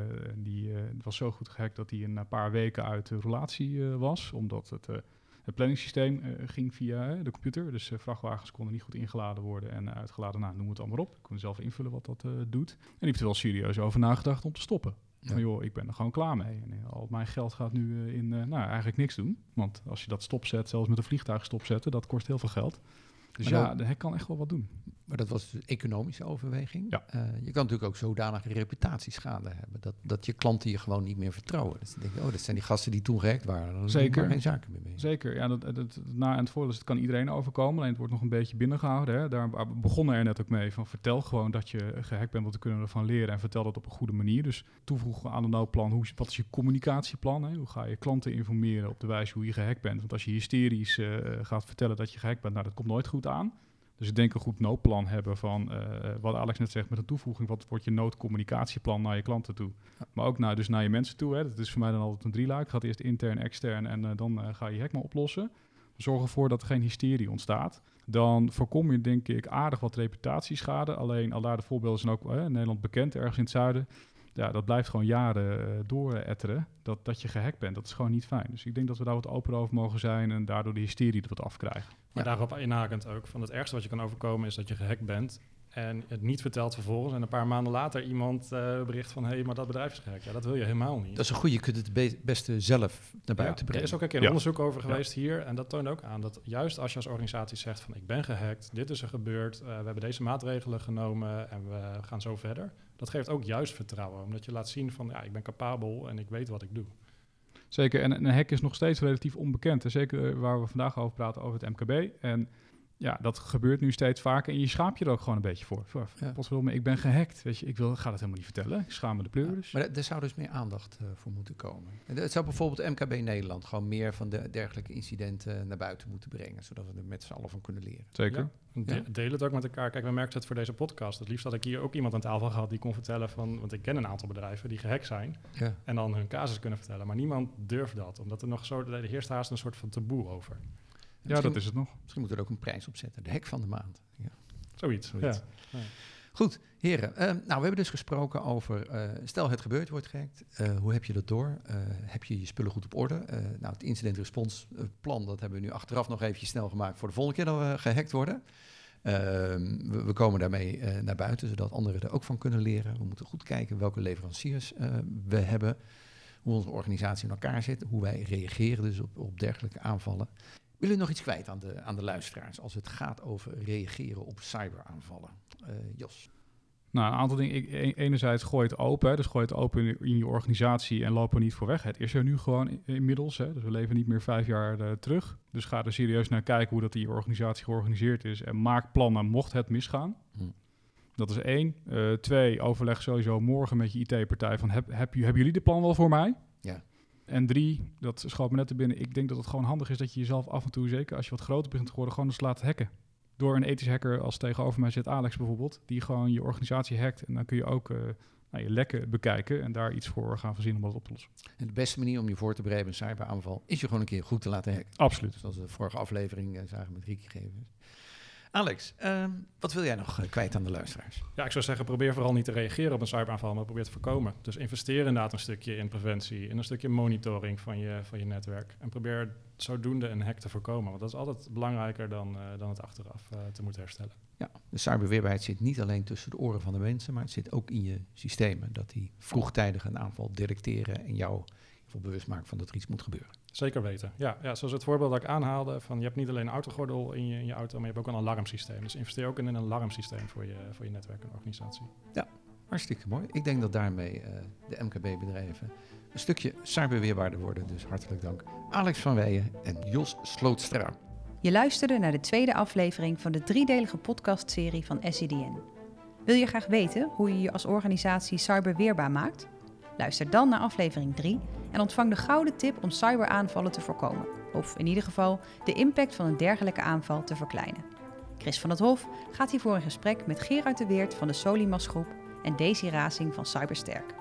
Die was zo goed gehackt dat hij in een paar weken uit de relatie was, omdat het planningssysteem ging via de computer. Dus vrachtwagens konden niet goed ingeladen worden en uitgeladen. Nou, noem het allemaal op. Ik kon zelf invullen wat dat doet. En die heeft er wel serieus over nagedacht om te stoppen. Ja. Van, joh, ik ben er gewoon klaar mee. En al mijn geld gaat nu eigenlijk niks doen. Want als je dat stopzet, zelfs met een vliegtuig stopzetten, dat kost heel veel geld. Dus de hack kan echt wel wat doen. Maar dat was dus economische overweging. Ja. Je kan natuurlijk ook zodanige reputatieschade hebben dat je klanten je gewoon niet meer vertrouwen. Dus dan denk je, dat zijn die gasten die toen gehackt waren. Dan Zeker. doen we geen zaken meer mee. Zeker, ja. Na en het voordeel is, het kan iedereen overkomen. Alleen het wordt nog een beetje binnengehouden. Hè. Daar begonnen er net ook mee van, vertel gewoon dat je gehackt bent, want we kunnen ervan leren. En vertel dat op een goede manier. Dus toevoegen aan een noodplan, wat is je communicatieplan? Hè? Hoe ga je klanten informeren op de wijze hoe je gehackt bent? Want als je hysterisch gaat vertellen dat je gehackt bent, dat komt nooit goed aan. Dus ik denk een goed noodplan hebben van, wat Alex net zegt, met een toevoeging, wat wordt je noodcommunicatieplan naar je klanten toe. Ja. Maar ook dus naar je mensen toe. Hè. Dat is voor mij dan altijd een drieluik. Gaat eerst intern, extern en dan ga je hack maar oplossen. Zorg ervoor dat er geen hysterie ontstaat. Dan voorkom je denk ik aardig wat reputatieschade. Alleen al daar de voorbeelden zijn ook in Nederland bekend, ergens in het zuiden. Ja, dat blijft gewoon jaren dooretteren, dat je gehackt bent. Dat is gewoon niet fijn. Dus ik denk dat we daar wat open over mogen zijn en daardoor de hysterie er wat afkrijgen. Maar daarop inhakend ook, van het ergste wat je kan overkomen is dat je gehackt bent en het niet vertelt vervolgens. En een paar maanden later iemand bericht van, hé, maar dat bedrijf is gehackt. Ja, dat wil je helemaal niet. Dat is een goede, je kunt het beste zelf naar buiten brengen. Er is ook een keer een onderzoek over geweest hier. En dat toont ook aan dat juist als je als organisatie zegt van, ik ben gehackt, dit is er gebeurd, we hebben deze maatregelen genomen en we gaan zo verder. Dat geeft ook juist vertrouwen, omdat je laat zien van, ik ben capabel en ik weet wat ik doe. Zeker, en een hack is nog steeds relatief onbekend. En zeker waar we vandaag over praten, over het MKB. En ja, dat gebeurt nu steeds vaker. En je schaamt je er ook gewoon een beetje voor. Maar ik ben gehackt. Weet je, ga dat helemaal niet vertellen. Ik schaam me de pleur dus. Maar er zou dus meer aandacht voor moeten komen. En het zou bijvoorbeeld MKB Nederland gewoon meer van de dergelijke incidenten naar buiten moeten brengen. Zodat we er met z'n allen van kunnen leren. Zeker. Ja. Deel het ook met elkaar. Kijk, we merken het voor deze podcast. Het liefst had ik hier ook iemand aan tafel gehad die kon vertellen van, want ik ken een aantal bedrijven die gehackt zijn en dan hun casus kunnen vertellen. Maar niemand durft dat, omdat er nog zo, er heerst haast een soort van taboe over. Ja, dat is het nog. Misschien moeten we er ook een prijs op zetten. De hack van de maand. Ja. Zoiets. Ja. Goed, heren. We hebben dus gesproken over, stel het gebeurt, wordt gehackt. Hoe heb je dat door? Heb je je spullen goed op orde? Het incident response plan, dat hebben we nu achteraf nog eventjes snel gemaakt voor de volgende keer dat we gehackt worden. We komen daarmee naar buiten, zodat anderen er ook van kunnen leren. We moeten goed kijken welke leveranciers we hebben, hoe onze organisatie in elkaar zit, hoe wij reageren dus op dergelijke aanvallen. Willen we nog iets kwijt aan de luisteraars als het gaat over reageren op cyberaanvallen? Jos? Nou, een aantal dingen. Enerzijds gooi het open. Hè, dus gooi het open in je organisatie en loop er niet voor weg. Het is er nu gewoon inmiddels. Hè, dus we leven niet meer 5 jaar terug. Dus ga er serieus naar kijken hoe dat in je organisatie georganiseerd is. En maak plannen mocht het misgaan. Dat is 1. 2, overleg sowieso morgen met je IT-partij van hebben jullie de plan wel voor mij? Ja. En 3, dat schoot me net te binnen. Ik denk dat het gewoon handig is dat je jezelf af en toe, zeker als je wat groter begint te worden, gewoon eens laat hacken. Door een ethisch hacker als tegenover mij zit Alex bijvoorbeeld, die gewoon je organisatie hackt. En dan kun je ook je lekken bekijken en daar iets voor gaan verzinnen om dat op te lossen. En de beste manier om je voor te bereiden op een cyberaanval is je gewoon een keer goed te laten hacken. Absoluut. Zoals we de vorige aflevering zagen met Ricky Gevers. Alex, wat wil jij nog kwijt aan de luisteraars? Ja, ik zou zeggen, probeer vooral niet te reageren op een cyberaanval, maar probeer te voorkomen. Dus investeer inderdaad een stukje in preventie, in een stukje monitoring van je netwerk. En probeer zodoende een hack te voorkomen, want dat is altijd belangrijker dan het achteraf te moeten herstellen. Ja, de cyberweerbaarheid zit niet alleen tussen de oren van de mensen, maar het zit ook in je systemen. Dat die vroegtijdig een aanval detecteren en jou bewust maken van dat er iets moet gebeuren. Zeker weten. Ja, zoals het voorbeeld dat ik aanhaalde, van je hebt niet alleen een autogordel in je auto, maar je hebt ook een alarmsysteem. Dus investeer ook in een alarmsysteem voor je netwerk en organisatie. Ja, hartstikke mooi. Ik denk dat daarmee de MKB-bedrijven een stukje cyberweerbaarder worden. Dus hartelijk dank Alex van Weijen en Jos Slootstra. Je luisterde naar de tweede aflevering van de 3-delige podcastserie van SCDN. Wil je graag weten hoe je je als organisatie cyberweerbaar maakt? Luister dan naar aflevering 3 en ontvang de gouden tip om cyberaanvallen te voorkomen. Of in ieder geval de impact van een dergelijke aanval te verkleinen. Chris van het Hof gaat hiervoor in gesprek met Gerard de Weert van de Solimas Groep en Daisy Racing van Cybersterk.